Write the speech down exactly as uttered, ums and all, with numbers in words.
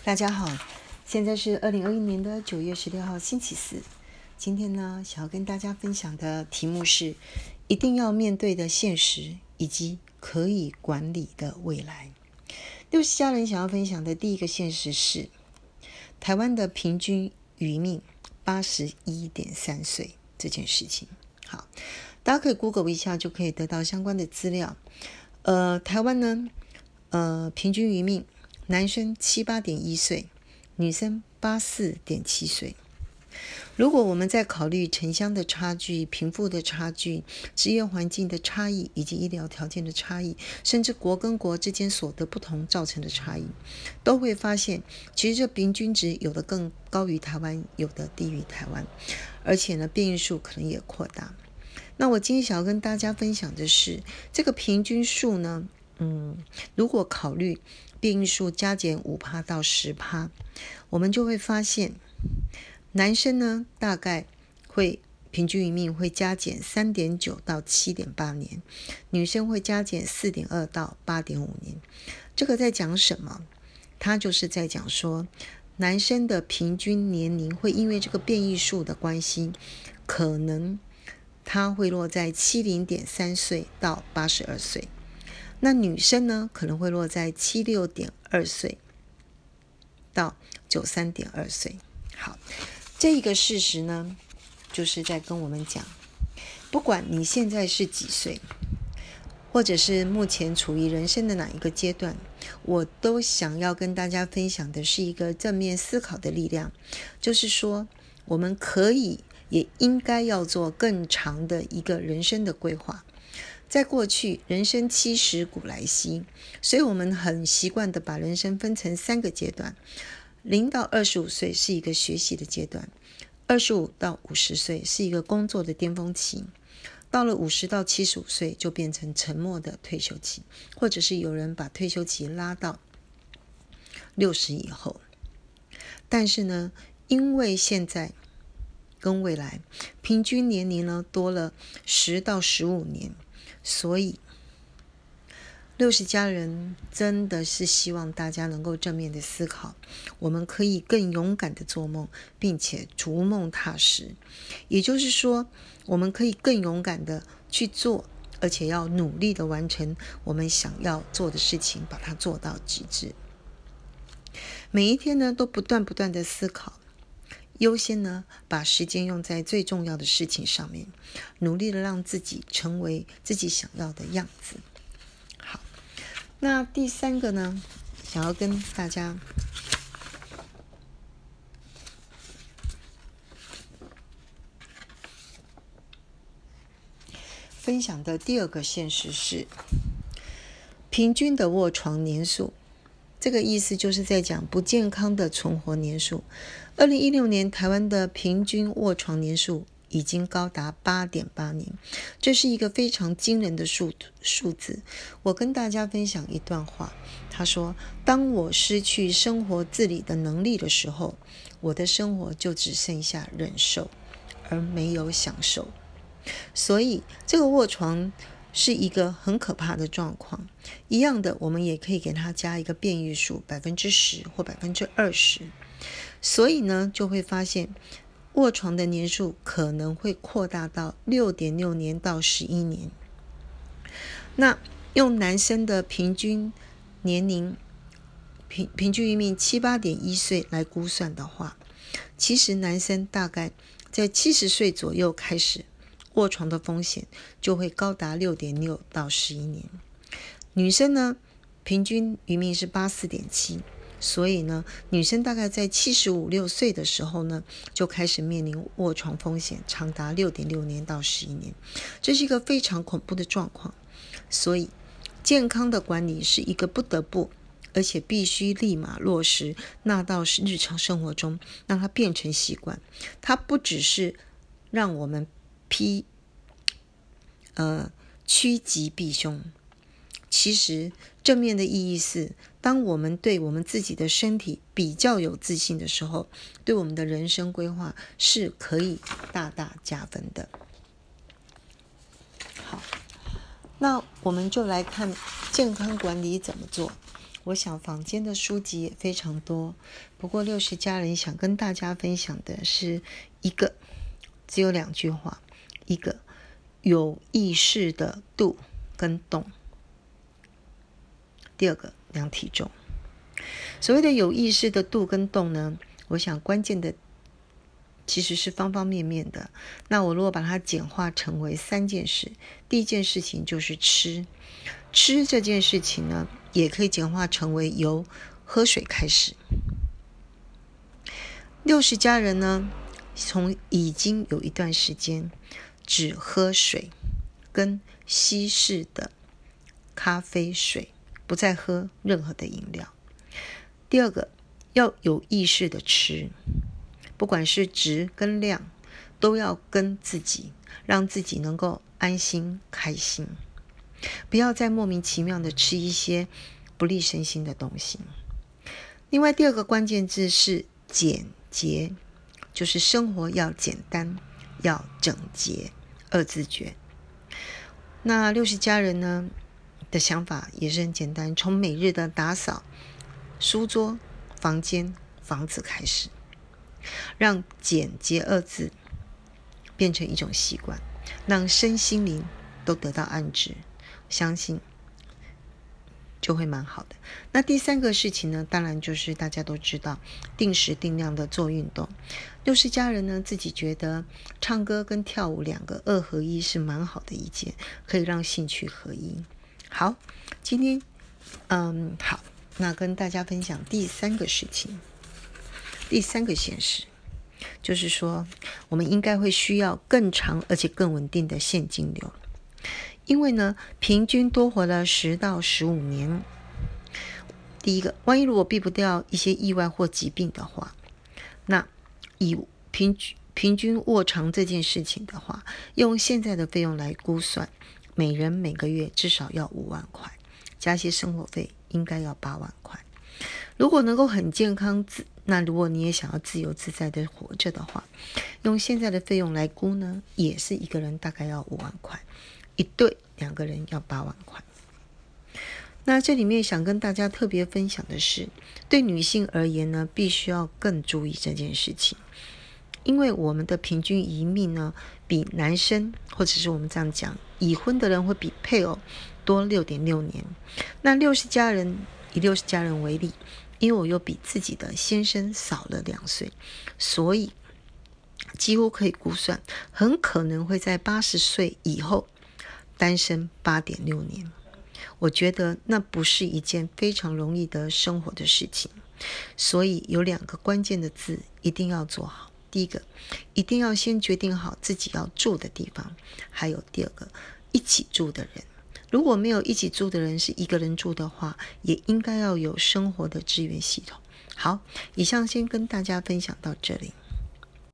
大家好，现在是二零二一年的九月十六号星期四。今天呢，想要跟大家分享的题目是一定要面对的现实以及可以管理的未来。六十家人想要分享的第一个现实是台湾的平均余命八十一点三岁这件事情。好，大家可以 Google 一下就可以得到相关的资料。呃，台湾呢，呃，平均余命男生七八点一岁，女生八四点七岁。如果我们在考虑城乡的差距、贫富的差距、职业环境的差异以及医疗条件的差异，甚至国跟国之间所得不同造成的差异，都会发现其实这平均值有的更高于台湾，有的低于台湾，而且呢变异数可能也扩大。那我今天想要跟大家分享的是这个平均数呢，嗯，如果考虑变异数加减 百分之五 到 百分之十， 我们就会发现男生呢大概会平均余命会加减 三点九 到 七点八年，女生会加减 四点二 到 八点五年。这个在讲什么？它就是在讲说男生的平均年龄会因为这个变异数的关系，可能它会落在 七十点三岁到八十二岁。那女生呢，可能会落在 七十六点二岁到 九十三点二岁。好，这一个事实呢，就是在跟我们讲，不管你现在是几岁，或者是目前处于人生的哪一个阶段，我都想要跟大家分享的是一个正面思考的力量，就是说我们可以也应该要做更长的一个人生的规划。在过去，人生七十古来稀，所以我们很习惯的把人生分成三个阶段。零到二十五岁是一个学习的阶段，二十五到五十岁是一个工作的巅峰期，到了五十到七十五岁就变成沉默的退休期，或者是有人把退休期拉到六十以后。但是呢，因为现在跟未来平均年龄呢多了十到十五年，所以六十家人真的是希望大家能够正面的思考，我们可以更勇敢的做梦，并且逐梦踏实。也就是说，我们可以更勇敢的去做，而且要努力的完成我们想要做的事情，把它做到极致。每一天呢，都不断不断的思考，优先呢，把时间用在最重要的事情上面，努力的让自己成为自己想要的样子。好，那第三个呢，想要跟大家分享的第二个现实是平均的卧床年数。这个意思就是在讲不健康的存活年数。二零一六年台湾的平均卧床年数已经高达 八点八年，这是一个非常惊人的数数字。我跟大家分享一段话，他说，当我失去生活自理的能力的时候，我的生活就只剩下忍受，而没有享受。所以这个卧床是一个很可怕的状况。一样的，我们也可以给它加一个变异数 百分之十 或 百分之二十。所以呢，就会发现卧床的年数可能会扩大到 六点六年到十一年。那用男生的平均年龄平平均余命七八点一岁来估算的话，其实男生大概在七十岁左右开始，卧床的风险就会高达 六点六到十一年。女生呢，平均余命是 八十四点七，所以呢，女生大概在七十五六岁的时候呢，就开始面临卧床风险，长达 六点六年到十一年。这是一个非常恐怖的状况。所以健康的管理是一个不得不而且必须立马落实纳到日常生活中，让它变成习惯。它不只是让我们批呃趋吉避凶，其实正面的意义是，当我们对我们自己的身体比较有自信的时候，对我们的人生规划是可以大大加分的。好，那我们就来看健康管理怎么做。 我想坊间的书籍也非常多，不过六十家人想跟大家分享的是一个，只有两句话，一个有意识的度跟动，第二个量体重。所谓的有意识的度跟动呢，我想关键的其实是方方面面的。那我如果把它简化成为三件事，第一件事情就是吃，吃这件事情呢，也可以简化成为由喝水开始。六十家人呢，从已经有一段时间只喝水跟稀释的咖啡水，不再喝任何的饮料。第二个，要有意识的吃，不管是质跟量，都要跟自己，让自己能够安心开心，不要再莫名其妙的吃一些不利身心的东西。另外第二个关键字是简洁，就是生活要简单，要整洁，二字诀。那六十家人呢的想法也是很简单，从每日的打扫书桌、房间、房子开始，让简洁二字变成一种习惯，让身心灵都得到安置，相信就会蛮好的。那第三个事情呢，当然就是大家都知道，定时定量的做运动。六十家人呢，自己觉得唱歌跟跳舞两个二合一是蛮好的一件，可以让兴趣合一。好，今天嗯好，那跟大家分享第三个事情，第三个现实，就是说我们应该会需要更长而且更稳定的现金流。因为呢，平均多活了十到十五年。第一个，万一如果避不掉一些意外或疾病的话，那以平均平均卧床这件事情的话，用现在的费用来估算，每人每个月至少要五万块，加些生活费应该要八万块。如果能够很健康自，那如果你也想要自由自在的活着的话，用现在的费用来估呢，也是一个人大概要五万块，一对两个人要八万块。那这里面想跟大家特别分享的是，对女性而言呢，必须要更注意这件事情，因为我们的平均余命呢，比男生或者是我们这样讲，已婚的人会比配偶多 六点六年。那六十家人，以六十家人为例，因为我又比自己的先生少了两岁，所以几乎可以估算，很可能会在八十岁以后单身 八点六年。我觉得那不是一件非常容易的生活的事情，所以有两个关键的字一定要做好。第一个，一定要先决定好自己要住的地方，还有第二个，一起住的人。如果没有一起住的人，是一个人住的话，也应该要有生活的支援系统。好，以上先跟大家分享到这里。